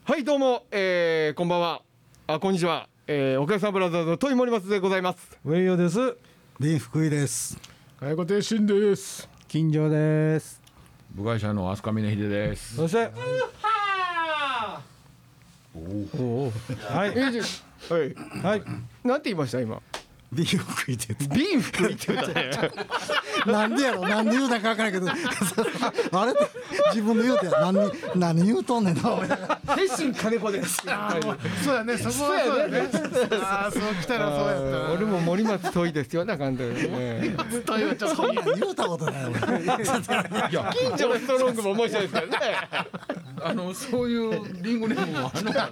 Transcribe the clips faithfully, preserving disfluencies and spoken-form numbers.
はいどうも、えー、こんばんは、あこんにちは、えー、お客さんブラザーズの戸井森松でございます。 上与です。 林福井です。 かやこ亭新です。 金城です。 部外者の飛鳥峰秀です。 そしておおはいはいはい、 なんて言いました今。 林福井って言ってビン福井って言ったねなんでやろ、なんで言うたか分からんけどあれって自分で言うて何何言うとんねんな。 鉄心金子です。 そうやね、そこはそうやね。ああ、そう来たらそうやったな。 俺も森松戸井ですよな感じでね。 というちょっとそんなん言うたことない俺。 いや近所のストロングも面白いですからね。 あのそういうリングネームもあるのか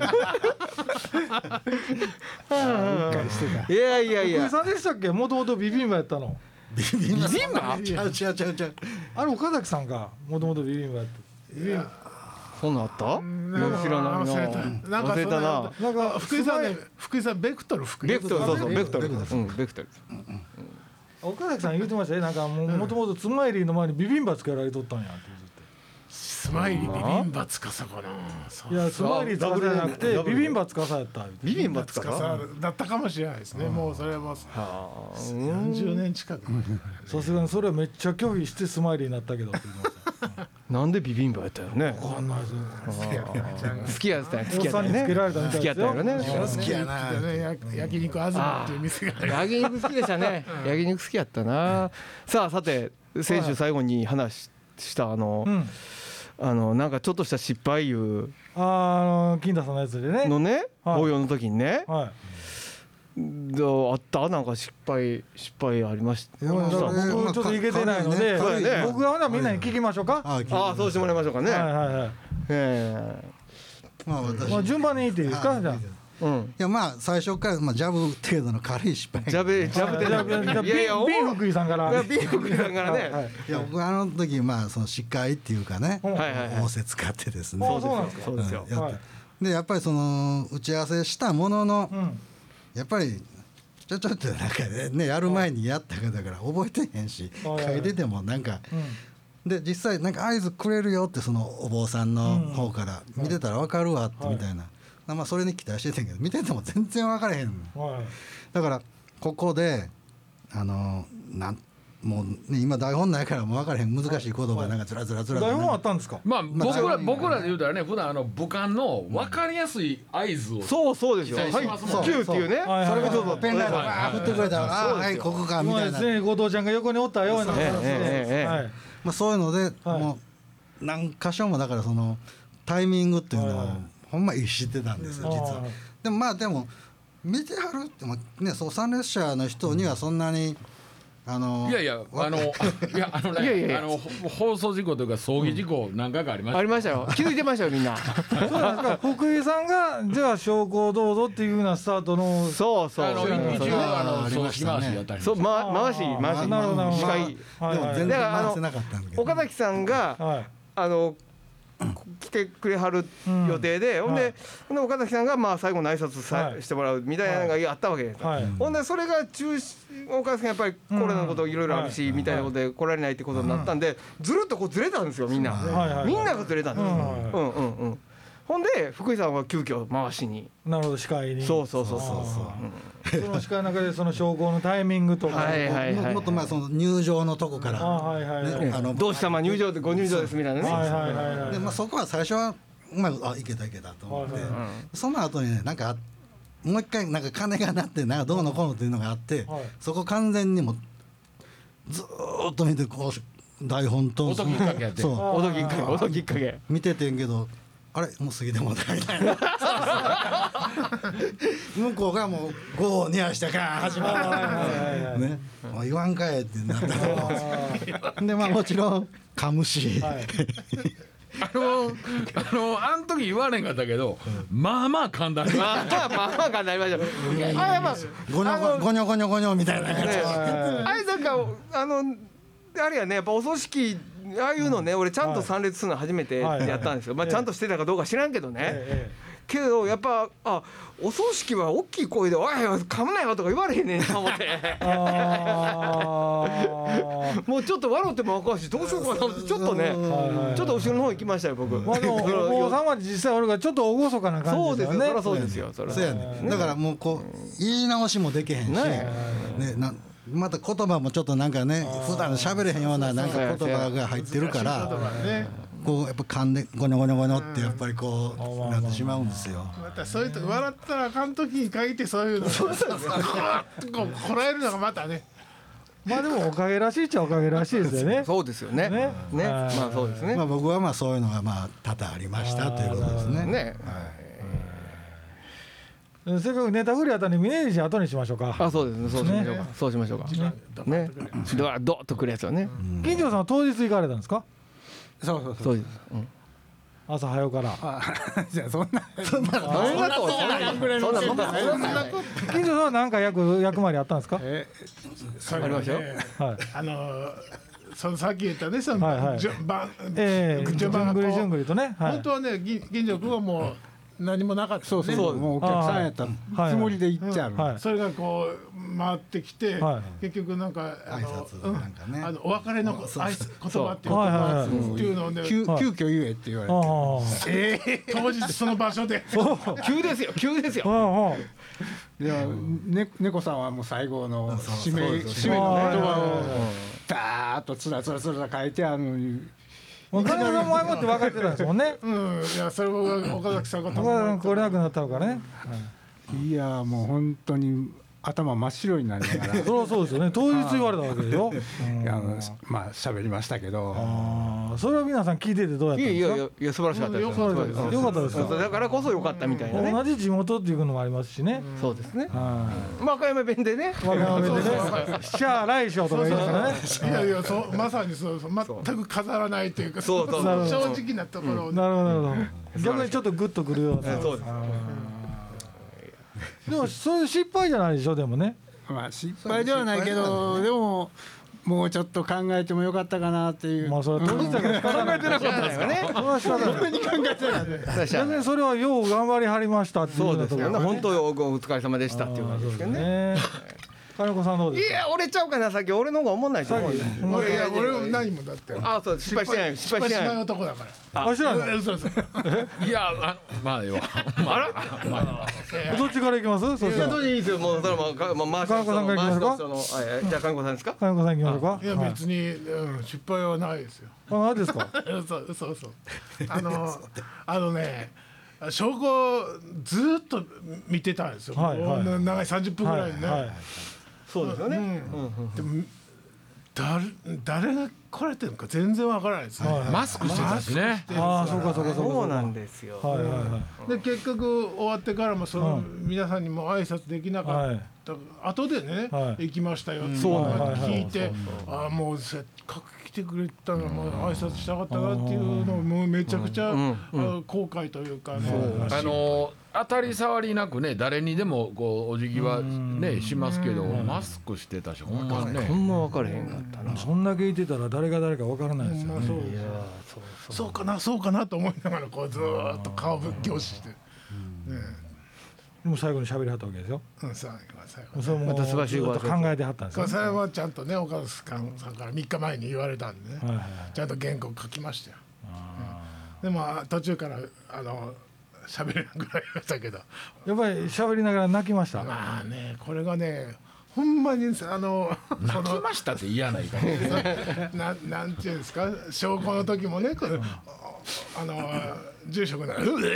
な。 いやいやいや福井さんでしたっけ、もともとビビンバやったの。 ビビンバビビンバちゃうちゃうちゃうちゃう。 あれ岡崎さんがもともとビビンバやった。ビビンバそんなんあった？ なんか知らないな。 忘れたなんか忘れたな。 なんか福井さんね、福井さんベクトル福井。 ベクトル、そうそうベクトル、 ベクトルうんベクトル。 岡崎さん言ってましたね。なんかもともとつまいりの前にビビンバつけられとったんやって言って。 スマイリービビンバつかさかな。そういやつまいりつかさじゃなくてビビンバつかさやった。 ビビンバつつかかさ。 さだったかもしれないですね。もうそれはもうはあ。 よんじゅうねん近く前。 さすがにそれはめっちゃ拒否してスマイリーになったけどって言ってました。 なんでビビンバやったよね。 わかんないですよ。 好きやったんや。好きやったおっさんにつけられたみた好きやいですよ。 ったよね。 好きやな。ね、や焼肉あずまっていう店がある。 焼肉好きでしたね。焼肉好きやったな。さあさて先週最後に話したあの、 うん。 あのなんかちょっとした失敗いうあー、あの金田さんのやつでね。 のね、 はい法要の時にね、 はい。 どうあったなんか失敗失敗ありました。 いやまあだからそれ僕ちょっといけてないので、 まあ軽いね僕がほなみんなに聞きましょうか。 あああそうしてもらいましょうかね。 はいはいはい。 えまあ私まあ順番にいっていいですかじゃあ。 えうん。 いやまあ最初からまあジャブ程度の軽い失敗。 ジャブジャブでじゃあじゃあいやいやビン福井さんから。 いやビン福井さんからねはいはいいや僕あの時まあその司会っていうかね、 うんはいはいはい仰せ使ってですね。 あそうなんですか。 そうですよ。 やってはいでやっぱりその打ち合わせしたもののうん。 やっぱりちょちょっとなんかねねやる前にやったからだから覚えてへんしはい書いててもなんかうん。 で実際なんか合図くれるよってそのお坊さんの方から見てたら分かるわってみたいな、まあそれに期待してたんやけど見てても全然分からへん。 はい。 だからここであのなんもう、ね、今台本ないからもう分からへん難しい言葉がなんかずらずらずらずら台本あったんですか。 まあまあ僕らうん僕らで言うたらね、普段あの武漢の分かりやすい合図をそうそうですよ。はい期待しますもんねキューっていうね。 はいはいそれがちょっとペンライトバーッ振ってくれたらああーはいここかみたいな、 今ですね、後藤ちゃんが横におったような。 ええええええはい。 まあ、そういうので、 はいもう何箇所もだからそのタイミングっていうのを、 はいはいほんま意識してたんですよ実は。 はいでもまあでも見てはるってもねそう参列者の人にはそんなにあのいやいやあのいやあのねいやいやいやあのほ放送事故というか葬儀事故何回かありました。 ありましたよ。気づいてましたよみんな。 そうなんですか。福井さんがじゃあ証拠をどうぞっていうふうなスタートの。 そうそう。 あのそう一応ああの葬式りましたね回しやったりそうま回しあー回しなるほどなるほど司会。 はいではいも全然だからあの回せなかったんだけど、 岡崎さんがはい。 あの来てくれはる予定で、ほんで、 はいほんで岡崎さんがまあ最後の挨拶さ、 はいしてもらうみたいなのがあったわけです、 はい。 ほんでそれが中止岡崎さんやっぱりコロナのこといろいろあるし、 うんみたいなことで来られないってことになったんで、ずるっとこうずれたんですよみんな、 はいはい。 みんながずれたんですよ、 うんうんうんうんほんで福井さんは急遽回しに、 なるほど、司会に。 そうそうそうそうそうう。その司会の中でその証拠のタイミングとか。 はいはいはいももっとまあその入場のとこから、 あはいはいはい。 ねあのどうしたま入場でご入場ですみたいなね、 はいはいはいはい。 でまあ、そこは最初はうまくあいけたいけたと思って、 はいはいその後にねなんかもう一回なんか鐘が鳴ってなんかどうのこうのっていうのがあって、 はいそこ完全にもうずーっと見てこう台本と音きっかけやってそう音きっかけ音きっかけ見ててんけどあれもう過ぎてもうたみたいな向こうがもうゴーにやしたから始まはいはいはいはいるねもう言わんかいってなったと思うでまあもちろん噛むし、 はい。 あのあのあん時言われんかったけど、まあまあ簡単に。 まあまあまあまあなりましたあやっぱゴニョゴニョゴニョゴニョみたいな感じねあれなんかあのあれやねやっぱお葬式ああいうのね俺ちゃんと参列するの初めてやったんですよ、まあ、ちゃんとしてたかどうか知らんけどね、 えけどやっぱあお葬式は大きい声で「おい噛むなよ」とか言われへんねんと思ってえあもうちょっと笑ってもあかんしどうしようかなと思ってちょっとねちょっと後ろの方行きましたよ僕。 まあでもお坊さんは実際俺がちょっと厳かな感そうですよじですよね。 そりゃそうですよそりゃそうやねだからもうこう言い直しもできへんし、 ねねなまた言葉もちょっとなんかね普段喋れへんようななんか言葉が入ってるからこうやっぱ噛んでゴニョゴニョゴニョってやっぱりこうなってしまうんですよ。 またそういうと笑ったらあかん時に限ってそういうのをこうこらえるのがまたね。 まあでもおかげらしいっちゃおかげらしいですよね。 そうですよねねねはいまあそうですねまあ僕はまあそういうのがまあ多々ありましたということですね。 ねせっかくネタ振りあったんで峯岸後にしましょうか。 あそうですねそうしましょうかそうしましょうかねドワドッとくるやつよね金城さんは当日行かれたんですか。 そうそうそうそうですうん朝早うから。 あじゃあそんなそんなそんなことそんなそんなそんなそんな金城さんは何か役役回りあったんですか。 えそれありましたよねはい。 あのそのさっき言ったねそのはいはい順番ええ順番がこうじゅんぐりじゅんぐりとね。はい本当はね銀銀城君はもう何もなかったそうそうねそうもうお客さんやったつもりで行っちゃうはいそれがこう回ってきて、 はい結局なんかあの挨拶なんかねうんあのお別れの挨拶言葉っていうはいはいはい言葉っていうのをね、 急はい急遽言えって言われあてあえー当日その場所で急ですよ急ですよああでね猫さんはもう最後の締め締めの言葉をダーッとつらつらつら書いてあるのにもう金城さんも謝って分かってたんですもんね。 うんいやそれも岡崎さんが岡田さん来れなくなったからね。 いやもう本当に頭真っ白になりながらそりゃそうですよね。当日言われたわけでしょ。うんいやあのまあ喋りましたけどああそれは皆さん聞いててどうやったんですか。 いやいやいやいや素晴らしかったですそうですよよかったですか。 だからこそ良かったみたいなね同じ地元っていうのもありますしね。 そうですねは和歌山弁でねい。和歌山弁でね。シャー来翔とか言いますからね。 いやいやそうまさにそうそう全く飾らないというかそうそうそう正直なところをねなるほどなるほど。逆にちょっとグッとくるような。 そうですでもそういう失敗じゃないでしょでもね。 まあ失敗ではないけどでももうちょっと考えてもよかったかなっていうまあそれは当事者が考えてなかったですよね。それは仕方ない。 何考えてない逆にそれはよう頑張りはりましたっていうそうようなところですよね本当お疲れ様でしたっていう感じですけどねね。金子さんどうですか。 いや俺ちゃうかなさっき俺の方が思んないと思うよ俺いや俺も何もだってあそう失敗してない失失敗しない敗してない男だからあ知らない。 嘘嘘いやあまあよあらどっちから行きます。そしたらいやどうでいいですよもうそれもかまあ回し金子さんから行きますか回しそのはいじゃあ金子さんですか金子さん行きましょうか。 いやはい別に、うん、失敗はないですよあ何ですか。 嘘嘘嘘あのあのね証拠ずーっと見てたんですよ、 はいはいもう長いさんじゅっぷんぐらいね、 はいはい。 そうですよねでも誰誰が来られてるのか全然わからないですね、 はいマスクしてたしねああそうかそうかそうかそうなんですよはいはいはい。 で結局終わってからもその、 うん皆さんにも挨拶できなかった、後でね、 はい行きましたよってそう聞はいはいいて、ああもうせっかく来てくれたのも挨拶したかったなっていうのをもうめちゃくちゃ、 うんあの後悔というかね、 あの当たり障りなくね誰にでもこうお辞儀はねしますけどマスクしてたしほんまほねんま分からへんかったなそんだけ言ってたら誰が誰かわからないですよ。 まあそういやそうそうかなそうかなと思いながらこうずーっと顔ぶっ凝視して、ねでも最後に喋りはったわけですよ。 うん、最後最後それもまた素晴らしいずっと考えてはったんですよ。 それはちゃんとね岡田さんからみっかまえに言われたんでね、 はいはい。 ちゃんと原稿書きましたよ、うんでもあ途中からあの喋れなくなりましたけどやっぱり喋りながら泣きました。 まあねこれがねほんまにあのその泣きましたって嫌な言い方ななんていうんですか証拠の時もねこれあの住職が「うえいえ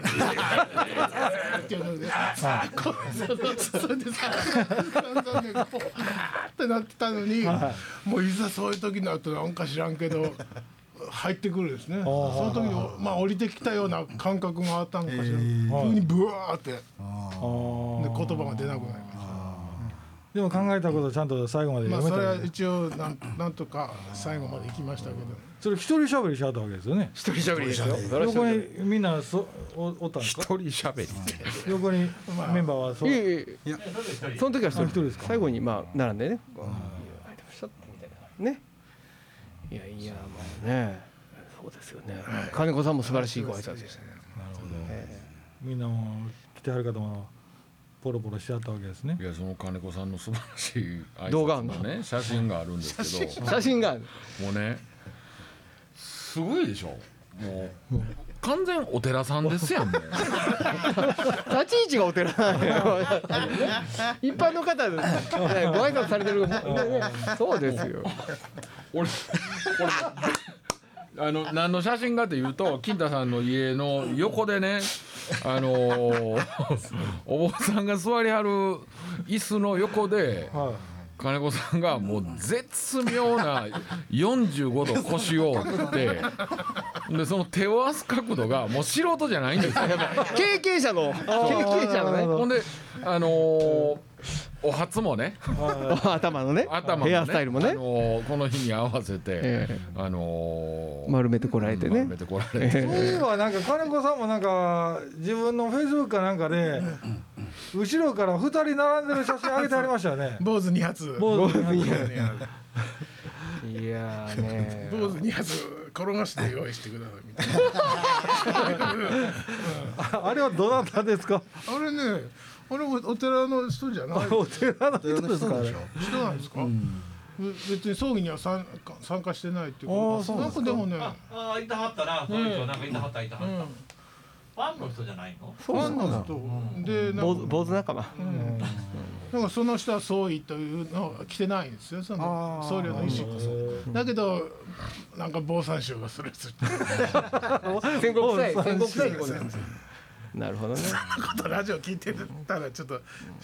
っていうのでさあこうそそそれでさだんだんねこうあーってなってたのにもういざそういう時になるとなんか知らんけど入ってくるんですねその時にまあ降りてきたような感覚があったのかしら急にブワーってであ言葉が出なくなりましたーでも考えたことちゃんと最後までまあそれは読めたわけです。 一応なんなんとか最後まで行きましたけどそれ一人喋りしはったわけですよね。 一人喋りですよ横にみんなそおおったんですか。 一人喋り横にメンバーはそう。 いやいやいやその時は一あ一人ですか最後にまあ並んでねこうみたいなねいやいやまあねそうですよね。金子さんも素晴らしいご挨拶でしたね。 なるほど、えー、みんなも来てはる方もポロポロしちゃったわけですね。 いやその金子さんの素晴らしい挨動画あんの拶のね写真があるんですけど写真があるもうねすごいでしょ。もう完全お寺さんですやんもう立ち位置がお寺なんよ一般の方で、ね、ご挨拶されてる、ね、そうですよ。 俺俺あの何の写真かというと金太さんの家の横でねあのー、お坊さんが座りはる椅子の横で、はい、金子さんがもう絶妙なよんじゅうごど腰を折ってでその手を合わす角度がもう素人じゃないんですよ経験者の経験者のね。 ほんであのーお初もね頭のね頭のねヘアスタイルもね、 あのーこの日に合わせて、 ええあのー、 丸めてこられてね、 丸めてこられて、 そういえばなんか金子さんもなんか自分のフェイスブックかなんかで後ろからふたり並んでる写真上げてありましたよね。 坊主に発坊主にいやーね坊主に発転がして用意してくださいみたいなあれはどなたですか。 あれねあれお寺の人じゃないお寺の人ですか。 人なんですか、うん、別に葬儀には参加参加してないっていうことなんかでもねああいたはったな、そういう人なんかいたはったいたはった、うん、ファンの人じゃないの。 ファンの人、うん、でなんか坊主仲間、 うん、なんかその人は葬儀というのは来てないんですよその僧侶の意思こそだけどなんか坊さん衆がそれする戦国祭戦国祭にございます。なるほどね。 そんなことラジオ聞いてたらちょっと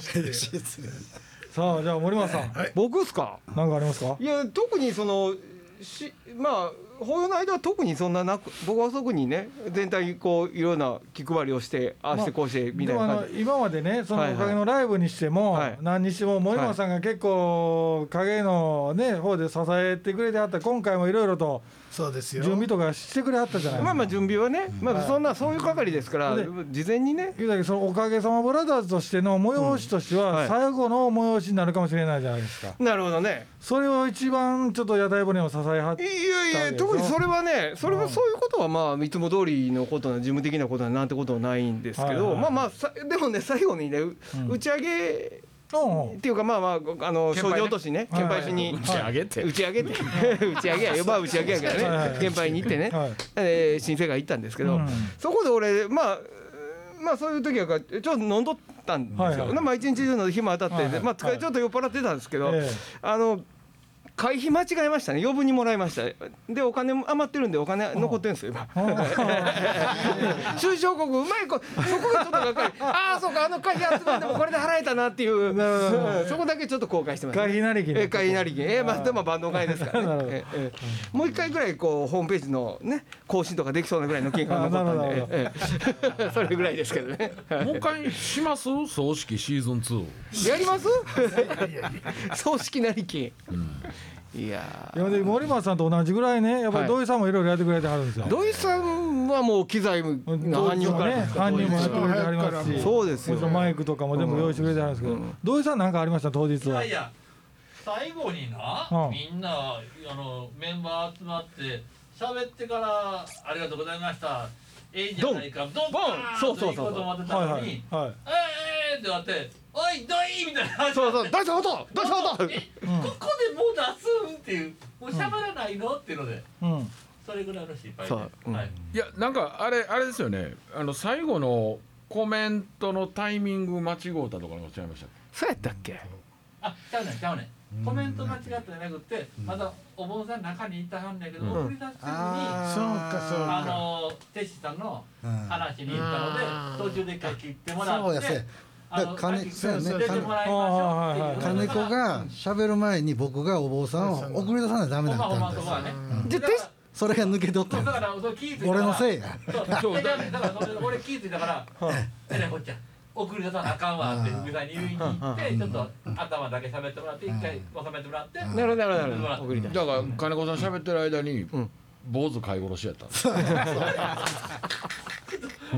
さあじゃあ森松さん、 はい、 僕っすか。 何かありますか。 いや特にそのしまあ法要の間は特にそんななく僕はそこにね全体にこういろんな気配りをしてああしてこうしてみたいな感じ、 まあ、今までねそのおかげのライブにしても、はいはい、何にしても森松さんが結構影のね方で支えてくれてあった今回もいろいろとそうですよ準備とかしてくれはったじゃないですか。 まあまあ準備はね、まあそんなそういう係ですから事前にね。 言うだけそのおかげさまブラザーズとしての催しとしては最後の催しになるかもしれないじゃないですか。 なるほどね。 それを一番ちょっと屋台骨を支えはった。 いやいや特にそれはねそれはそういうことはまあいつも通りのことな事務的なことはなんてことはないんですけど、まあまあさでもね最後にね打ち上げっていうかまあまああの賞状落としね献杯しに打ち上げて打ち上げて打ち上げやまあ打ち上げやからね献杯に行ってねえ新世界行ったんですけどそこで俺まあまあそういう時はちょっと飲んどったんですよ。まあ一日中の暇当たってまあ疲れちょっと酔っ払ってたんですけどあの会費間違えましたね。余分にもらいました。でお金余ってるんでお金残ってるんですよ今。収支報告うまい子そこがちょっとがっかり。ああそうかあの会費集めてもこれで払えたなっていうそこだけちょっと後悔してます、ね。 会費なりきえ会費なりきえまあでも万能会ですからね。ええもう一回ぐらいこうホームページのね更新とかできそうなぐらいの金額が残ったんで、えそれぐらいですけどね。 もう一回します葬式シーズンツー。 やります？葬式なりき。うんいやいやで森松さんと同じぐらいねやっぱり土井さんもいろいろやってくれてはるんですよ。 土井さんはもう機材の搬入からね搬入もやってくれてはりますしそうですよマイクとかも全部用意してくれてはるんですけど、うん、土井さん何かありました当日は。 いやいや最後にな、うん、みんなあのメンバー集まって喋ってからありがとうございましたええじゃないかドンボンそうそうそうと思ってたのに、はいはいはい、えーってなっておいどいみたいなそうそうどうしたことどうしたことえ、うん、ここでもう出すんっていうもう喋らないのっていうので、うん、それぐらいの失敗で、うんはい、 いやなんかあれあれですよねあの最後のコメントのタイミング間違うたとかおっしゃいましたそうやったっけあちゃうねんちゃうねんコメント間違ったじゃなくてまだお坊さん中にいたはんねんけど、うん、送り出してるにそうかそうかあのテシさんの話に行ったので、うん、途中で一回切ってもらってだから金そうやね金子が喋る前に僕がお坊さんを送り出さないとダメだったんですよ。それが抜け取ったんです。俺のせいや。 だから俺気づいたからえらいこっちゃ送り出さなあかんわって福井さんに言いに行ってちょっと頭だけ喋ってもらって一回収めてもらってなるほどなるほど送り出だから金子さん喋ってる間に坊主飼い殺しやったんです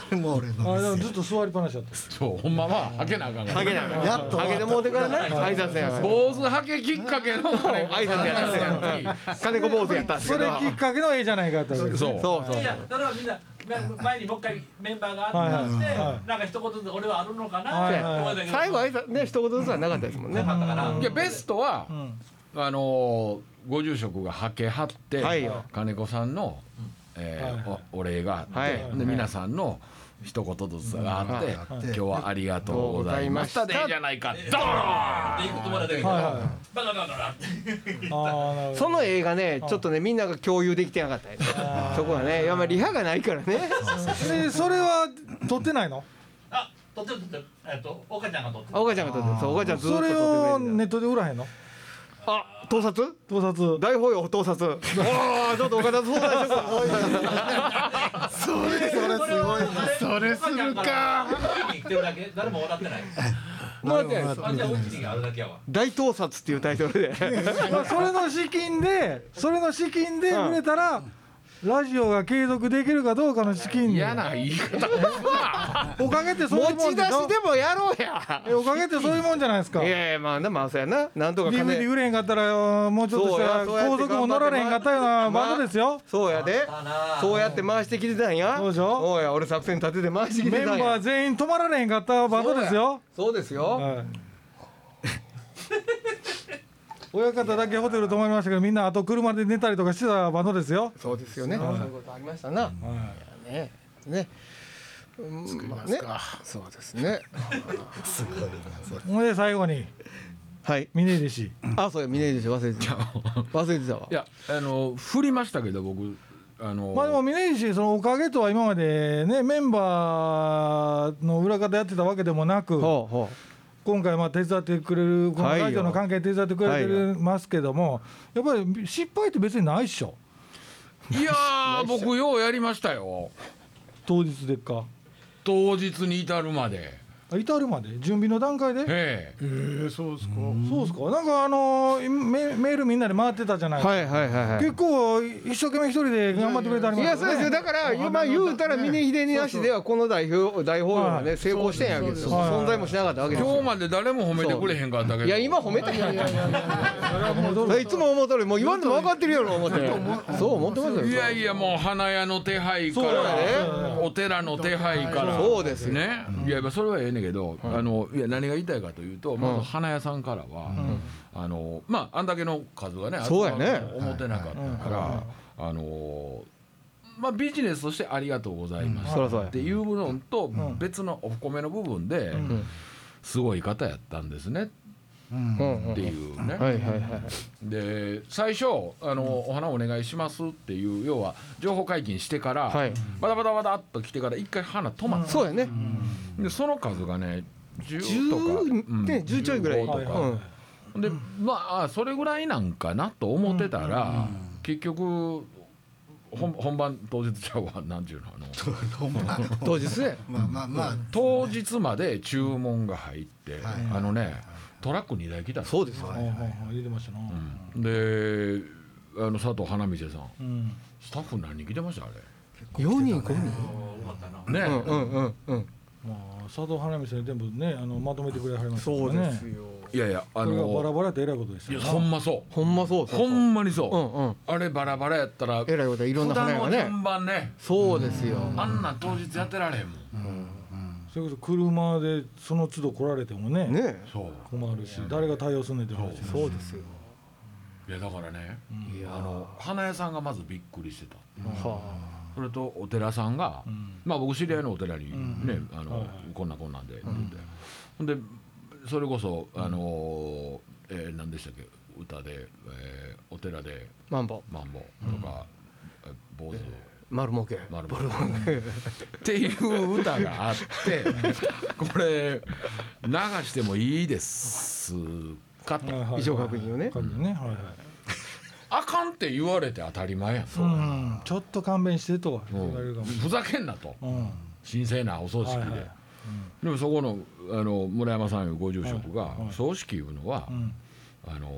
もう俺のあでもずっと座りっぱなしだった。 そうほんまははけなあかんハゲなやっとハゲでもうてからね挨拶やから坊主はけきっかけの挨拶やった金子坊主やったんですけどそれきっかけの絵じゃないかと。 そうそうそういやだからみんな前にもう一回メンバーが集まってなんか一言ずつ俺はあるのかなって思いたけど最後挨拶ね一言ずつはなかったですもんねいやベストはうんあのご住職がはけはってはいよ金子さんのえーはいおお礼があってはいで皆さんの一言ずつがあってはい今日はありがとうございましたでいいじゃないかドーンっていくつもりだけどはいはいバカバカバカってああなるほど。 その映画ねちょっとねみんなが共有できてなかったよねそこはねいやまあリハがないからねでそれは撮ってないの？ あ撮ってる撮ってるえっと岡ちゃんが撮ってるあ岡ちゃんが撮ってるそう岡ちゃんずっと撮ってそれくれてをネットで売らへんの？ あ盗撮盗撮。 大法要盗撮おおちょっと岡田相談しようかそれそれすごいなそれするか来てるだけ誰も笑ってないもらってないですあじゃあうちにあるだけやわ大盗撮っていうタイトルでまあそれの資金でそれの資金で売れたらラジオが継続できるかどうかの資金に嫌な言い方おかげってそういうも持ち出しんでしょ。 でもやろうやえおかげってそういうもんじゃないですか。 いやいやまあまあそうやななんとかディーブイディー金売れへんかったらもうちょっとしたらそうやそうやって後続も乗られへんかったようなバンドですよ。 そうやであなそうやって回してきてたんやそうでしょそうや俺作戦立てて回してきてメンたんやバー全員止まられへんかったバンドですよ。 そうですよはい親方だけホテル泊まりましたけどみんなあと車で寝たりとかしてたバンドですよ。 そうですよねそういうことありましたなねねうんまあねそうですねほんで最後にはい峰弟子。 あそうや峰でし忘れてた忘れてたわいやあの振りましたけど僕あのまあでも峰岸そのおかげとは今までねメンバーの裏方やってたわけでもなくほうほ今回まあ手伝ってくれるこのはいよラジオの関係手伝ってくれてますけどもやっぱり失敗って別にないっしょいやー僕ようやりましたよ当日でっか当日に至るまであ至るまで準備の段階でえええー、そうですかそうですかなんかあのーメメールみんなで回ってたじゃないですか、 はいはいはいはい結構一生懸命一人で頑張ってくれたりいますやそうですよだから今言うたら峰秀になしではこの代表大法要がね成功してんやけどはい存在もしなかったわけですよ今日まで誰も褒めてくれへんかったけどいや今褒めていやいやいやいやいつも思うとるもう言わんでも分かってるやろ思ってそう思ってますよいやいやもう花屋の手配かそうやらねお寺の手配からそうですよねいやそれはええねんけどあのいや何が言いたいかというとまず花屋さんからはあのまああんだけの数がねそうやね集まると思ってなかったからあのまあビジネスとしてありがとうございましそりゃそうやたっていう部分と別のお米の部分ですごい方やったんですねうんうんっていうねはいはいはいで最初あの、お花お願いしますっていう要は情報解禁してから、 はいバタバタバタっと来てから一回花止まった、 そうやねでその数がねじゅうじゅうとか、うんねじゅうちょいぐらいじゅうごとか、 うんでまああそれぐらいなんかなと思ってたら、結局本本番当日ちゃうわなんていうのあの当日ねまあまあまあ当日まで注文が入って、 はいあのねトラックにだい来たんですそうですよはいはいはい言ってましたな、 うんであの佐藤花道さんうんスタッフ何人来てましたあれよにんごにんね、 うんうんうんうんまあ佐藤花見さん全部ねあのまとめてくれはりましたからねそうですよいやいやあこれがバラのバラってえらいことですいやよなほんまそほんまそううそうそうほんまにそう、 うんうんあれバラバラやったらえらいこといろんな普段の花屋がね順番ねそうですよあんなん当日やってられへんもん、 それこそ車でその都度来られてもねねそう困るし誰が対応すんねんって話ですねそうですよいやだからね、 いやあの花屋さんがまずびっくりしてたはそれとお寺さんが、 んまあ僕知り合いのお寺にね、 んあのはいはいこんなこんなんでって言って、ほんでそれこそあのーえー何でしたっけ歌で、えーお寺であマンボマンボとか、え坊主、 丸儲け丸儲けっていう歌があってこれ流してもいいですかと、 はいはいはい衣装確認をね確認ねはいはいあかんって言われて当たり前やん、 うんちょっと勘弁してとうん言われるかもふざけんなと、 うん神聖なお葬式で、 はいはいでもそこのあの村山さんいうご住職が、 はいはい葬式いうのは、 うんあの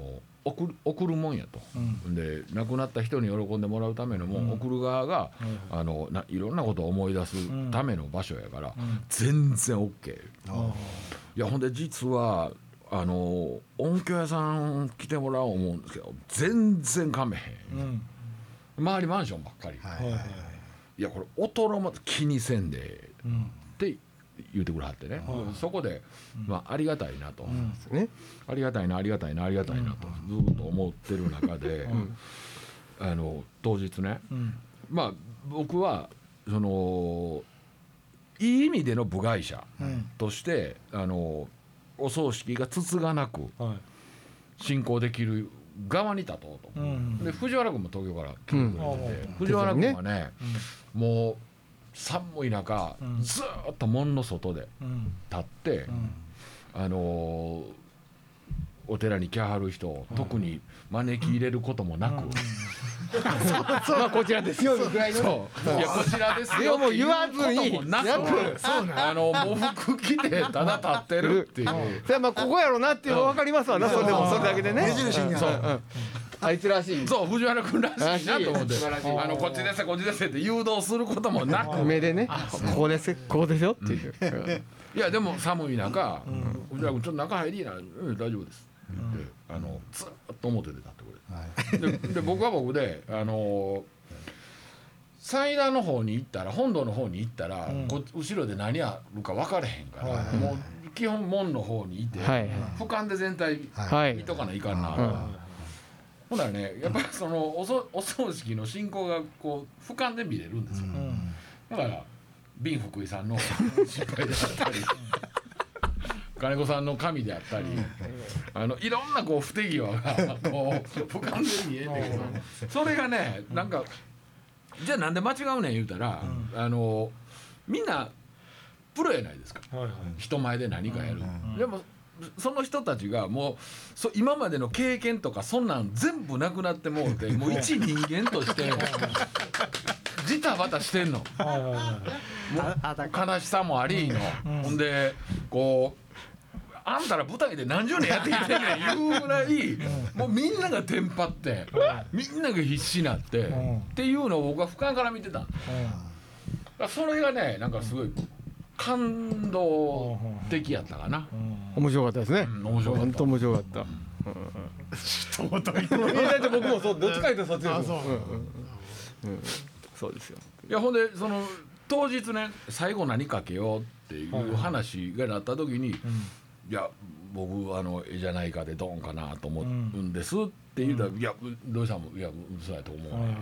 送る送るもんやと、うん、で亡くなった人に喜んでもらうためのも、うん、送る側が、うん、あのないろんなことを思い出すための場所やから、うん、全然 OK、うん、いやほんで実はあの音響屋さん来てもらおう思うんですけど全然かめへん、うん、周りマンションばっかり、はいはいはい、いやこれ音のま気にせんで、うん、って言うてくれはってね、うん、そこで、まあ、ありがたいなと、うんね、ありがたいなありがたいなありがたいなと、うん、ずっと思ってる中で、うん、あの当日ね、うん、まあ僕はそのいい意味での部外者として、うん、あのお葬式がつつがなく進行できる側に立とうと、うん、で藤原君も東京から来てくれてて、うん、藤原君はね、うん、もう寒い中、うん、ずっと門の外で立って、うん、あのー、お寺に来はる人を特に招き入れることもなく、うん、 そうまあこちらですよぐらいのそういやこちらですよっていうこともなくあの喪服着てただ立ってるっていうそれまあここやろなっていうの分かりますわなそれでもそれだけでね目印にそう、うんあいつらしいそう藤原君らしいなと思ってあのこっちですこっちですって誘導することもなく目でねここですここですよっていう、うん、 いやでも寒い中、うん、藤原君ちょっと中入りな、うん、大丈夫ですって言って、うん、あのずっと表で立ってくれ、はい、で, で僕は僕であの祭壇の方に行ったら本堂の方に行ったら、うん、こ後ろで何あるか分からへんから、はい、もう基本門の方にいて、はい、俯瞰で全体見とかないかんな、はいはいほんならねやっぱりその お, お葬式の進行がこう俯瞰で見れるんですよ、うん、だから貧福井さんの失敗であったり金子さんの神であったり、うん、あのいろんなこう不手際がこう俯瞰で見えんねんけどそれがねなんかじゃあなんで間違うねん言うたら、うん、あのみんなプロやないですか、はいはい、人前で何かやる、うん、でもその人たちがもうそ今までの経験とかそんなん全部なくなってもうてもう一人間としてジタバタしてんのもう悲しさもありの、うん、ほんでこうあんたら舞台で何十年やってきてんねん言うぐらいもうみんながテンパってみんなが必死になってっていうのを僕は俯瞰から見てたんです。それがねなんかすごい感動的やったかな。 面白かったですね。 うん、面白かった。 本当面白かった。 一言言って。 だって僕もそうどっちかというとそっちですよ。そう、うんうんうん、そうですよ。 いやほんでその当日ね最後何かけようっていう話がなった時に、はいはいいや僕あの絵じゃないかでドンかなと思うんですって言ったら、うん、いや土井さんもいやそうやと思うね、はいはい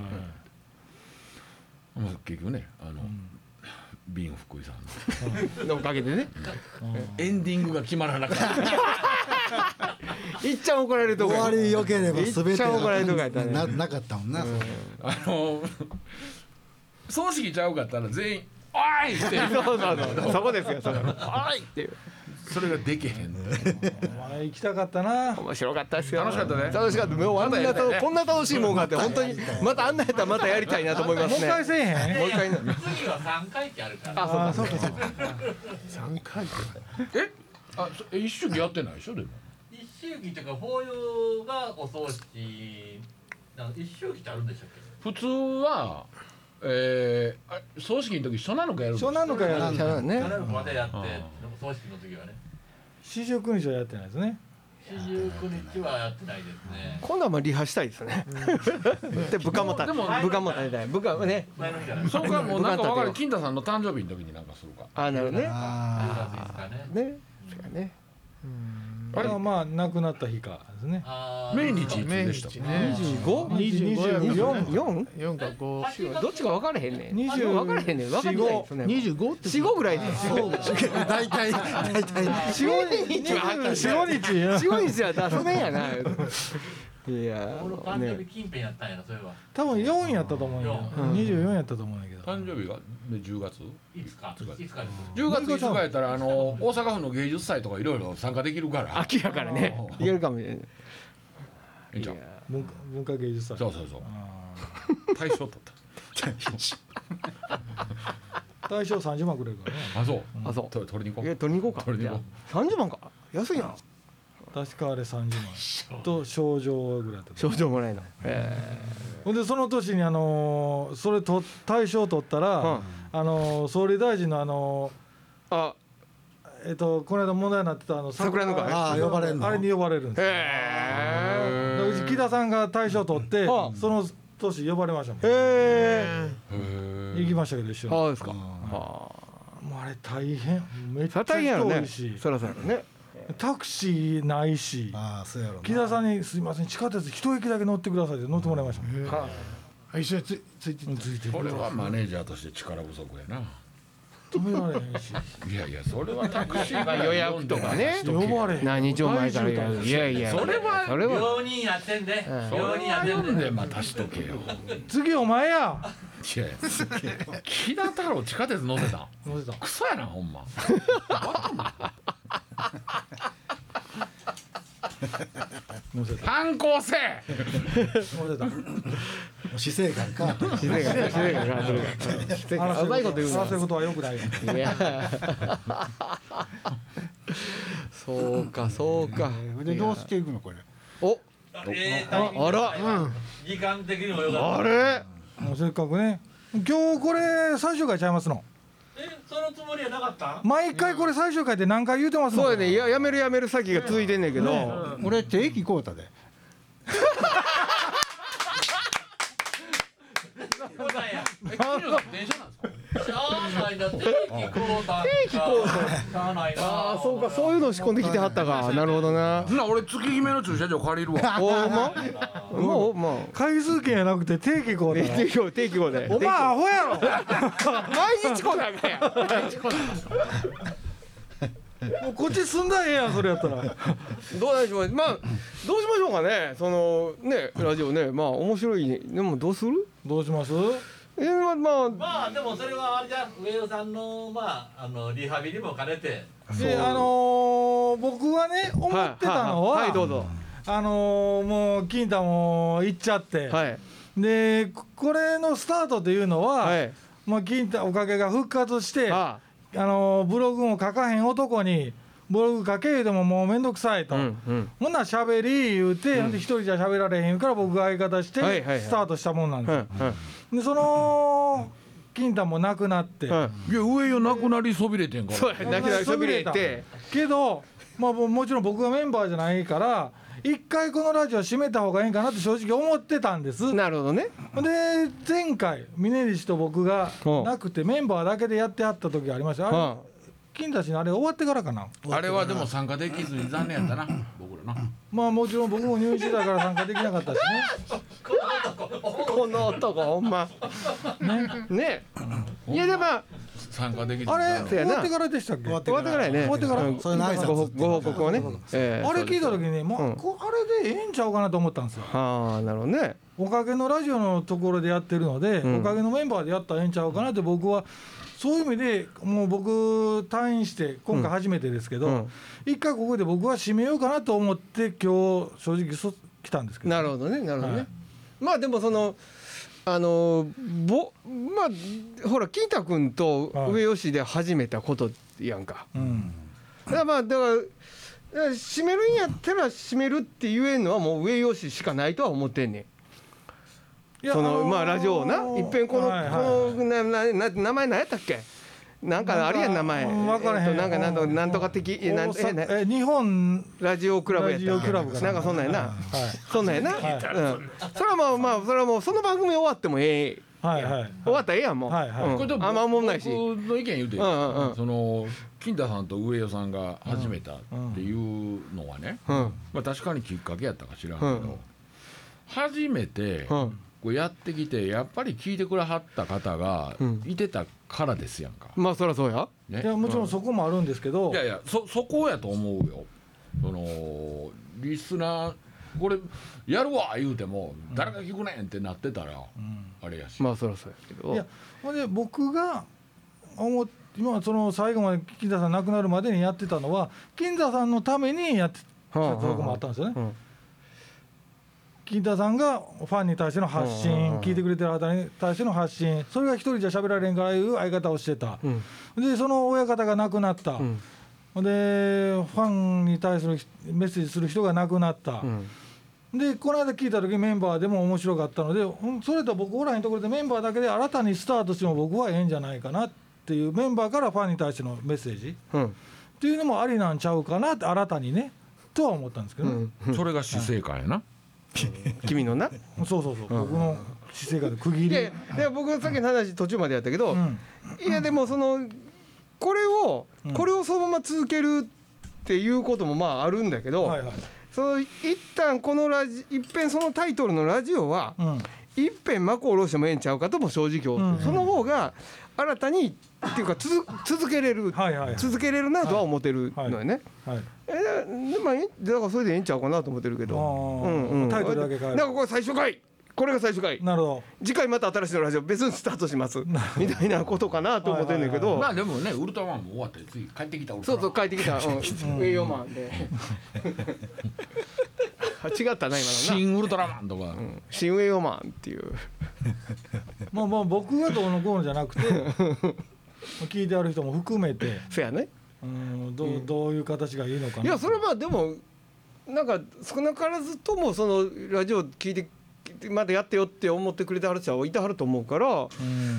はい、結局ねあの。うん貧福井さん の, のおかげでね、 うん、エンディングが決まらなかったいっちゃん怒られるとこ終わりよければ全て怒られるとこやったねな, なかったもんな、うん、 あの葬式ちゃうかったら全員おいってそうそうそうそこですよそれおいっていうそれができへんお前行きたかったな面白かったですよ楽しかったね楽しかったもうあんなこんな楽しいもんがあって本当にまたあんなやったらまたやりたいなと思いますねもう一回せえへんもう一回次はさんかいってあるからあそうかそうかさんかいえあ一周忌やってないでしょでも一周忌というか法要がお葬式一周忌ってあるんでしたっけ普通はえー、あ葬式の時初七日やるんです初七日やるんだね初七日までやって葬式の時はね四十九日はやってないですね四十九日はやってないですね今度はまあリハしたいですね、うん、で部下もた部下もたりたい部下はねそうかもうなんか分かる金太さんの誕生日の時になんかするかああなるほどねあねねねあれはまあ亡くなった日かですね命日いつでしたっけにじゅうご にじゅうよんよんかごどっちか分からへんねんにじゅう分からへんねん分かんないですねにじゅうごってよん、ごぐらいで大体大体よん、ご日はよん、ご日よん、ご日は出すねんやないや俺誕生日近辺やったんやなそれは多分よんやったと思うんやにじゅうよんやったと思うんやけど誕生日がじゅうがついつかいつかですじゅうがついつかやったらあの大阪府の芸術祭とかいろいろ参加できるから秋やからねいけるかもしれないいいんちゃう文化文化芸術祭そうそうそう大賞取った大賞さんじゅうまんくれるからねあそうあそう取りに行こういや取りに行こうか取りに行こうさんじゅうまんか安いやん確かあれさんじゅうまんと賞状ぐらいだった。 賞状もらえない。えほんでその年にあのーそれと大賞取ったら、 うんあのー総理大臣のあのー、あーえっとこの間問題になってたあの桜の会ああ呼ばれるのあれに呼ばれるんですよ。 へでうち木田さんが大賞取ってはあその年呼ばれましたもん。 え行きましたけど一緒に。 ああですか。 もうあれ大変めっちゃそれ大変やろね。 人多いし、 そらそうやろね。 タクシーないし、 ああそうやろな。 木田さんにすいません地下鉄一駅だけ乗ってくださいって乗ってもらいましたもん。 はあ一緒につついてついてるこれはマネージャーとして力不足やな。 止められへんしいやいやそれはタクシーが予約とかね呼ばれへん。 何日も前からやる。いやいや。 それはそれは。 病人やってんでうん病人やってんででまたしとけよ。 次お前や。 いやいや木田太郎地下鉄乗ってた。 乗ってた。 クソやなほんま。 乗せた。 反抗せえ。 乗せた。 死生観か。 自然が自然がするから。自然がうまいこと言う争うことはよくないよ。 な。いや。そうかそうか。 でどうしていくのこれ。 おええタイミングああら時間的にもよかったあれ。 もうせっかくね。今日これ最終回ちゃいますの。 えそのつもりはなかった毎回これ最終回って何回言うてますの。 そうやね。ややめるやめる先が続いてんねんけど。 俺定期買うたで。 そうなんやえ昨日さ電車なんですか。 しゃあないな定期こうたんか定期こうしゃあないなああそうかそういうの仕込んできてはったか。なるほどな。 ほな俺月決めの駐車場借りるわ。 おまもうもう。 回数券やなくて定期こうだ定期号定期号で。 お前アホやろ。 毎日来ないかや。 もうこっち住んだらええやんそれやったら。 どうでしょう。まあどうしましょうかね。そのねラジオねまあ面白いね。でもどうする？ どうします？ えまあまあまあでもそれはあれじゃん上尾さんのまああのリハビリも兼ねてであのー、僕はね思ってたのは、 はいはいどうぞ。 あのー、もう金太も行っちゃって、 はいでこれのスタートというのは、 はい。 まあ、金太おかげが復活して、ああのー、ブログも書かへん男にブログ書け言うてももうめんどくさいと、 うんうん。 ほんならしゃべり言うて、ほんで一人じゃしゃべられへんから僕が相方してはいはいはいスタートしたもんなんですうよ。 んうんでその金太も亡くなって、 うん。 いや上よなくなりそびれてんから。 そうや泣きながらそびれて。 けど、まあ、ももちろん僕がメンバーじゃないから一回このラジオ閉めた方がいいかなって正直思ってたんです。 なるほどね。 で前回峯岸と僕がうんなくてメンバーだけでやってはった時がありました。あれは金田氏のあれ終わってからかな。 あれはでも参加できずに残念やったな僕らな。 まあもちろん僕も入院してたから参加できなかったしこの男ほんま。 ね。ね。 ね。いやでもまあ参加できずにあれ残念。 そうやな終わってからでしたっけ？ 終わって終わってからやね。 終わってからうんそれの挨拶ご報ご報告をね。ええあれ聞いた時に、まあうんこあれでええんちゃうかなと思ったんですよ。 はあなるほどね。 おかげのラジオのところでやってるので、 うんおかげのメンバーでやったらええんちゃうかなって僕はそういう意味でもう僕退院して今回初めてですけど、 うん一回ここで僕は締めようかなと思って今日正直そ来たんですけど、 なるほどねなるほどね。 はいまあでもそのあのぼまあほら金太君と上吉で始めたことやんか。 うん、 だからまあだからだから締めるんやったら締めるって言えんのはもう上吉しかないとは思ってんねん。 いやそのあのーまあラジオをないっぺんこの、 はいはいこのななな名前何やったっけなんかあるやん名前うん分からへん、 えっとなんかなんとなんとか的えなん大阪えなえ日本ラジオクラブやったラジオクラブかななんかそんなんやな、 はいそんなんやな、 はいうん、それはまあまあそれはもうその番組終わってもええはいはい終わったらええやんもう、 はいはいうんこれでもあんま思んないし僕の意見言うていい、 うんうんうんその金太さんと上与さんが始めたっていうのはね、 うんまあ、確かにきっかけやったか知らんけど、 うん初めてうんこうやってきてやっぱり聞いてくれはった方がうんいてたからですやんか、 まあそりゃそうやねいやもちろんそこもあるんですけど、 いやいやそそこやと思うよ。そのリスナーこれやるわ言うても誰が聞くねんってなってたらあれやし、 まあそりゃそうやけどいやほんで僕が思っ今その最後まで金田さん亡くなるまでにやってたのは金田さんのためにやってたはあとこもあったんですよね。 うん金田さんがファンに対しての発うんうん信うん聞いてくれてる方に対しての発信それが一人じゃ喋られんからいう相方をしてたうんでその親方が亡くなった、 うんでファンに対するメッセージする人が亡くなった、うん、でこの間聞いた時メンバーでも面白かったので、それと僕おらへんところでメンバーだけで新たにスタートしても僕はええんじゃないかなっていう、メンバーからファンに対してのメッセージ、うん、っていうのもありなんちゃうかなって新たにねとは思ったんですけど、ね、 うん、それが死生観やな、はい、 君のなそうそうそう、うん、僕の死生観で区切り、いやいや僕さっきの話途中までやったけど、うん、いやでもそのこれを、うん、これをそのまま続けるっていうこともまああるんだけど、はいはい、その一旦このラジいっぺんそのタイトルのラジオは、うん、いっぺん幕を下ろしてもええんちゃうかとも正直思って、うん、その方が新たにっていうか続続けれる、はいはいはい、続けれるなとは思ってるのよね。はいはい、えでまあだからそれでええんちゃうかなと思ってるけど、うんうん、タイトルだけ変える。なんかこれ最初回。これが最初回。 なるほど。 次回また新しいのラジオ別にスタートしますみたいなことかなと思ってんだけど、 まあでもねウルトラマンも終わって次帰ってきたウルトラマン、 そうそう帰ってきた、うん、栄養マンで違ったな今のな新ウルトラマンとか、うん、 新栄養マンっていうまあまあ僕がどうのこうのじゃなくて聞いてある人も含めてそうやね、 うんどう、どういう形がいいのかな。 いやそれはでもなんか少なからずともそのラジオ聞いてまだやってよって思ってくれてはる人はいてはると思うから、うん、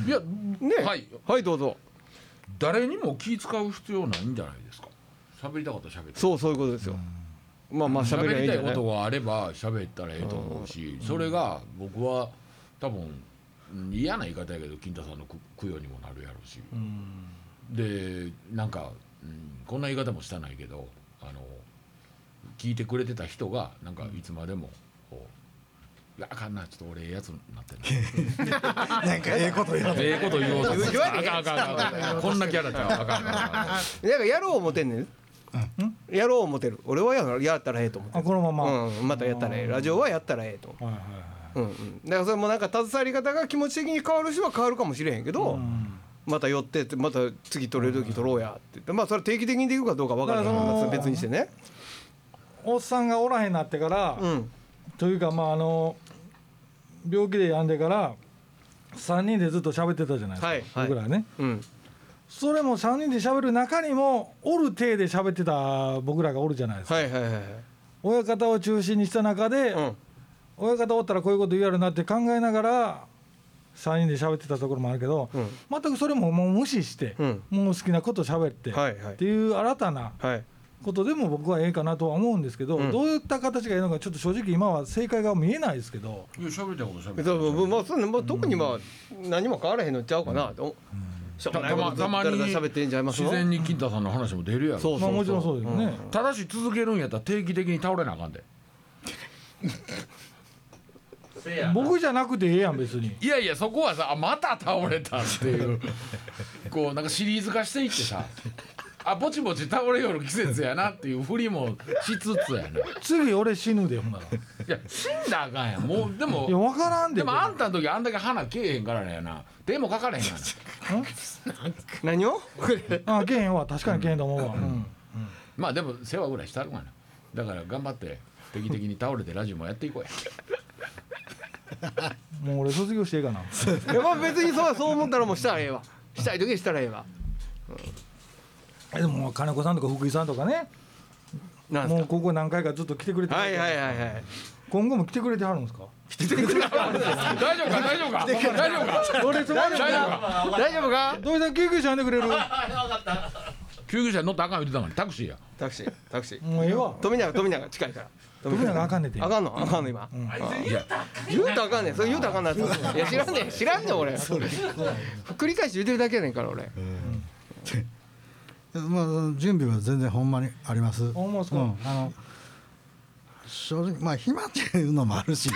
いやね、 はい、 はい、どうぞ。 誰にも気使う必要ないんじゃないですか。喋りたかったら喋って、 そうそういうことですよ。うん、まあまあ喋りたいことがあれば喋ったらええと思うし、うん、それが僕は多分嫌な言い方やけど金太さんの供養にもなるやろうし、うん、でなんか、うん、こんな言い方もしたないけどあの聞いてくれてた人がなんかいつまでもこういやあかんなちょっと俺ええやつになってるなんかええこと言おうとええこと言おうとあかんあかんあかんこんなキャラちゃうあかんあかんなんかやろう思てんねん、うん、やろう思てる。俺は や, やったらええと思ってあこのまま、 うん、またやったらええラジオはやったらええと、はいはいはい、うんうん、だからそれもなんか携わり方が気持ち的に変わる人は変わるかもしれへんけど、うん、また寄ってってまた次取れる時取ろうやって言って、まあそれ定期的にできるかどうか分からない別にしてね。 おっさんがおらへんなってから、うん、というかまああの病気で病んでからさんにんでずっと喋ってたじゃないですか、はいはい、僕らね、うん、それもさんにんで喋る中にもおる体で喋ってた僕らがおるじゃないですか、はいはいはい、親方を中心にした中で、うん、親方おったらこういうこと言うやるなって考えながらさんにんで喋ってたところもあるけど、うん、全くそれももう無視して、うん、もう好きなこと喋って、はいはい、っていう新たな、はいことでも僕はええかなとは思うんですけど、うん、どういった形がいいのかちょっと正直今は正解が見えないですけど。 いや喋りたいこと喋りたいこと、まあそんな、まあ、特にまあ何も変わらへんのちゃうかなと、うんうん、 しょうがないことたまに自然に金太さんの話も出るやろ。 そうそうそう、まあ、もちろんそうですよね、 うん、ただし続けるんやったら定期的に倒れなあかんで僕じゃなくてええやん別に。 いやいやそこはさまた倒れたっていうこうなんかシリーズ化していってさあぼちぼち倒れよる季節やなっていうふりもしつつやな。 次俺死ぬでほんなら。いや死んだらあかんやんもう。でもいや分からんで。 でもあんたの時あんだけ花けえへんからねやな。手もかかれへんやな何をあけえへんわ確かにけえへんと思うわ、うんうんうん、 まあでも世話ぐらいしたるがな。だから頑張って定期的に倒れてラジオもやっていこうやもう俺卒業していいかな。いやまあ別にそうそう思ったらもうしたらええわ。したい時にしたらええわ、うんでも金子さんとか福井さんとかねもうここ何回かずっと来てくれてる、 はいはいはいはい、 今後も来てくれてはるんですか。 来てくれてはるんですか大丈夫か大丈夫か大丈夫か俺そ大丈夫か大丈夫かどうした救急車呼んでくれる救急車乗ったらあかん言ってたからタクシーやタクシータクシーもうええわ富永富永近いから富永あかんねんてあかんのあかんの今、うん、言うたらあかんねんそれ言うたらあかんなっていや知らんねん知らんねん俺繰り返し言ってるだけやねんから俺、うんまあ、準備は全然ほんまにあります。 ほんまですか、 うん、あの正直まあ暇っていうのもあるし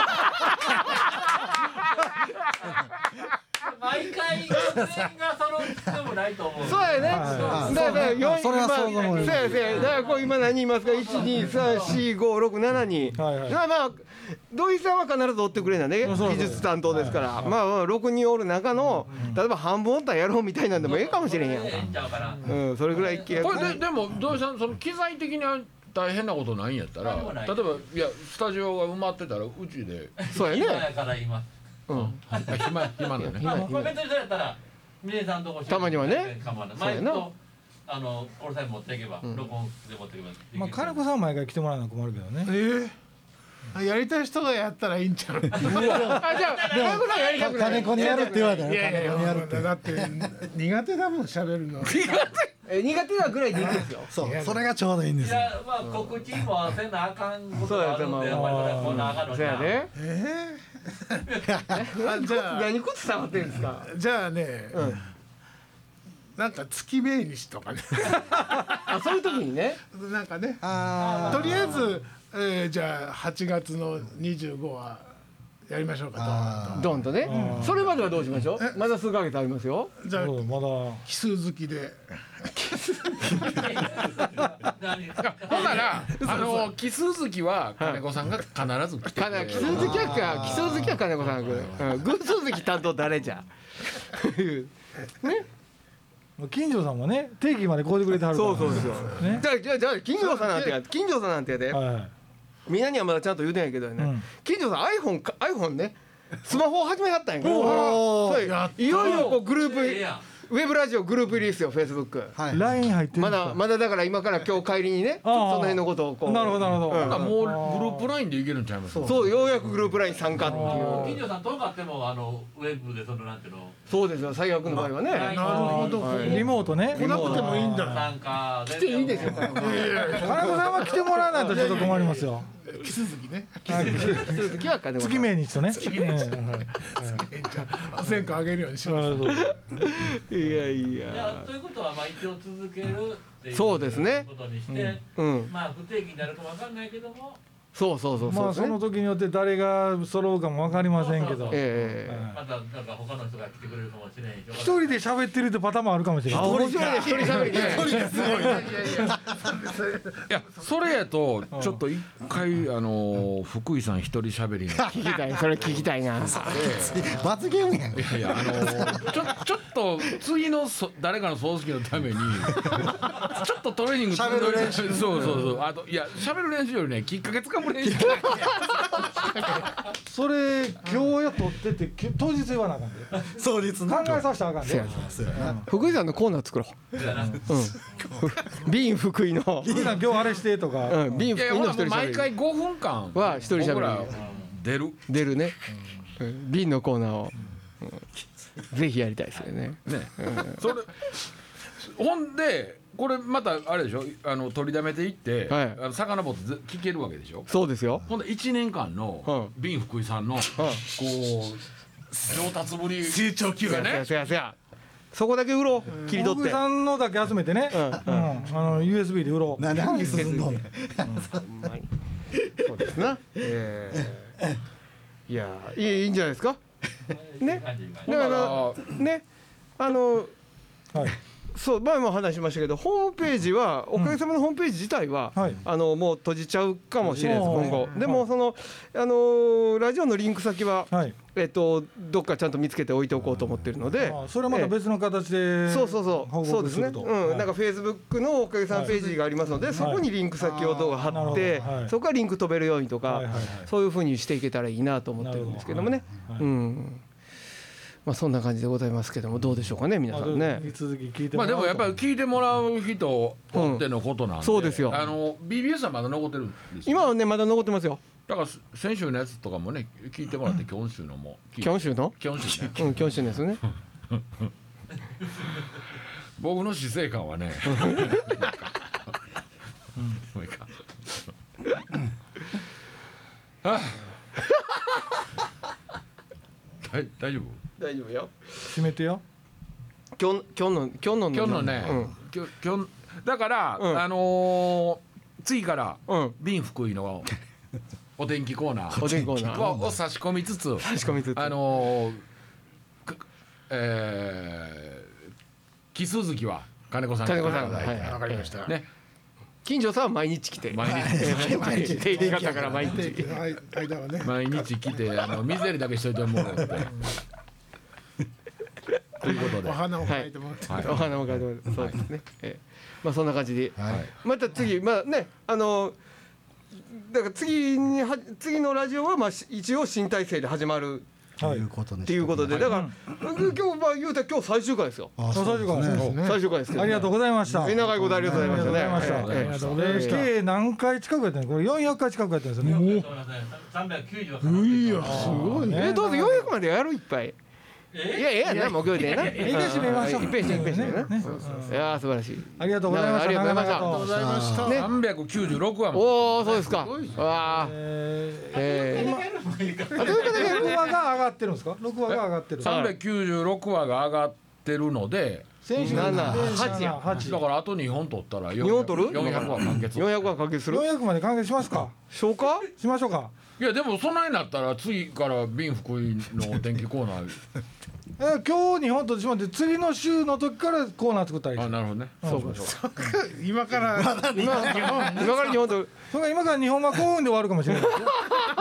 毎回全員が揃ってもないと思う。 そうやね。だからよんそれはそう思う。そうやそうや。だからこう今何人いますか。いち、に、さん、し、ご、ろく、ななにん。はいはい。まあまあ土井さんは必ず追ってくれんだね。技術担当ですから。まあまあろくにんおる中の例えば半分おったらやろうみたいなんでもええかもしれんやんか。うん、それぐらい契約。 これででも土井さんその機材的には大変なことないんやったら、例えばいやスタジオが埋まってたらうちで。 そうやね。 うん、暇暇だね。 まあ、別にそれやったら、峰さんとこたまにはね。 マイクとあのオールタイム持っていけば、録音で持っていけば。 まあ金子さんは毎回来てもらうのは困るけどね。 ええ、やりたい人がやったらいいんちゃう。あ、じゃあ金子さんやりたくない。 金子にやるって言われたよ。 いやいや金子にやるって。 だって苦手だもん喋るの。 え苦手なぐらいでいいんですよ。 そう、それがちょうどいいんですよ。 いや、まあ告知もせなあかんことがあるんで、やっぱりこんなあかんのじゃ。 ね。 ええ。じゃあ何こと触ってるんですか。 じゃあね。なんか月命日とかね。 あ、そういう時にね。 なんかね。 あとりあえず、えー、じゃあはちがつのにじゅうごはやりましょうかと。 ドンとね。それまではどうしましょう。まだ数ヶ月ありますよ。 じゃあまだ奇数月で。 ほんならあの奇数月は金子さんが必ず来てかな奇数月はか奇数月は金子さんが来る。偶数月担当誰じゃ。ね。 金城さんもね定期までこうてくれてはるから。 そうそうそう。 ね。 じゃあじゃあじゃあ金城さんなんてや金城さんなんてやで。 はいみんなにはまだちゃんと言うてないけどね。金城さん iPhone か iPhone ね。スマホを始めはったんやんか。そういよいよこうグループ。ウェブラジオグループリリースよ、フェイスブック。 ライン 入ってる。 まだまだだから今から今日帰りにね、その辺のことをこう。 なるほどなるほど。 なんかもうグループラインでいけるんちゃいます。 そうようやくグループライン参加っていう。 金城さん遠かってもあのウェブでそのなんていうの。 そうですよ、最悪の場合はね。 なるほど。 リモートね。 来なくてもいいんだ。 なんか来ていいですよ。金子さんは来てもらわないとちょっと困りますよ。 奇数月ね。 月は金子さん。 月命日とね。 線香あげるようにします。 いやいや。 いやということはまあ一応続けるっていうそうですねことにして、 うんまあ不定期になるかもわかんないけども。 そうそうそうまあその時によって誰が揃うかも分かりませんけど、 ええまたなんか他の人が来てくれるかもしれないし。 一人で喋ってるってパターンもあるかもしれない。 面白いね、一人喋りね。 一人がすごいね。 いやそれやとちょっと一回あの福井さん一人喋りの聞きたい、それ聞きたいな。 罰ゲームやん。 いやいやあのちょちょっと次のそ誰かの葬式のためにちょっとトレーニング喋る練習そうそうそうあといや喋る練習よりねきっかけつかむ練習それ今日やとっててき当日言わなあかんで。 そうです考えさせたらあかんで。 福井さんのコーナー作ろう。うん。瓶福井の。 みんな今日あれしてとか。 うん。瓶いや福井の一人喋り。 毎回ごふんかんは一人喋り僕ら出る出るね。うん瓶のコーナーを。うんぜひやりたいですよね。 ねそれほんでこれまたあれでしょあの取りだめていってはいあの遡ってぜ聞けるわけでしょそうですよ。 ほんでいちねんかんのう瓶福井さんのこう上達ぶり成長期がせやねせやせや。そこだけ売ろう。切り取って。 福井さんのだけ集めてね。うん。あの ユーエスビー で売ろう。 なんで話すんの。 そうですな。ええ。いやいいいいんじゃないですか。ね。だからねあの。 はい。 そう前も話しましたけどホームページはおかげさまのホームページ自体は、 うんはい、 あのもう閉じちゃうかもしれないです今後でもそのあのラジオのリンク先は、はい、えっとどっかちゃんと見つけて置いておこうと思ってるのでそれはまた別の形でそうそうそうそうですねうん、 はい、 なんかフェイスブックのおかげさまページがありますので、はい、そこにリンク先をどうか貼って、はい、そこからリンク飛べるようにとか、はいはいはい、そういうふうにしていけたらいいなと思ってるんですけどもね、はいはい、うんまあそんな感じでございますけどもどうでしょうかね皆さんね。 まあでもやっぱり聞いてもらう人おってのことなんで、 そうですよ。 あの ビービーエス はまだ残ってるんですよ。 今はねまだ残ってますよ。 だから先週のやつとかもね聞いてもらって今週のも今週の今週ねうん今週のですね。 僕の死生観はね。もういいか。あ大大丈夫？ 大丈夫よ。 閉めてよ。 今日今日の今日の今日のね、うん、今日今日だから、うん、あのー、次から瓶、うん、福井のお天気コーナーお天気コーナーを差し込みつつ差し込みつつあのー、えー、奇数月は金子さん金子さんはいわかりましたね。 金城さんは毎日来て毎日毎日定期型から毎日間はね毎日来てあの水やりだけしといてもらってということでお花を描いてもらって、 はいはい、お花を描いてもらってそうですね、えー、まあそんな感じで、はい、また次まあねあのだから次には次のラジオはまあ一応新体制で始まるということっていうことで、だから今日まあ言うたら今日最終回ですよ。 最終回ですね。 最終回ですけど。 ありがとうございました。 長いことありがとうございましたね。ありがとうございました。 計何回近くやったの？これよんひゃっかい近くやったんですよね。 さんびゃくきゅうじゅうはういやすごいね。 えどうぞよんひゃくまでやるいっぱい。いやいやなもう今日でな。 一回締めましょう。 一遍締めね。いや素晴らしい。 ありがとうございました。 ありがとうございました。 ありがとうございました。 さんびゃくきゅうじゅうろくわも。 おおそうですか。わあ。ええ。 あということでろくわが上がってるんですか？ろくわが上がってる。 さんびゃくきゅうじゅうろくわが上がってるので。 選手がななはちや。 だからあとにほん取ったらにほん取る？ よんひゃくわ完結。 よんひゃくわ完結する？ よんひゃくまで完結しますか？ 消化？ しましょうか。 いやでもそんなになったら次から瓶福井のお天気コーナー。 え今日日本としまって次の週の時からコーナー作ったらいい。 あなるほどね。 そうかそうか。 今から今から日本とそれが今から日本は幸運で終わるかもしれないですよ。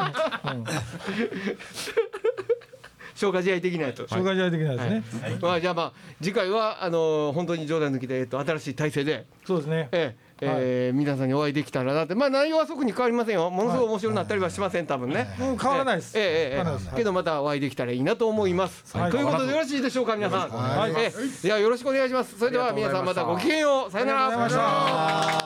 消化試合的なやつ。 消化試合的なやつね。 まあじゃあまあ次回はあの本当に冗談抜きでえっと新しい体制で。 そうですね。 ええ。えー、皆さんにお会いできたらなって、まあ内容は特に変わりませんよ。ものすごい面白くなったりはしません、多分ね。 うん、変わらないです。 ええええええ。けどまたお会いできたらいいなと思います。ということでよろしいでしょうか皆さん。はい。ではよろしくお願いします。それでは皆さんまたごきげんよう。さよなら。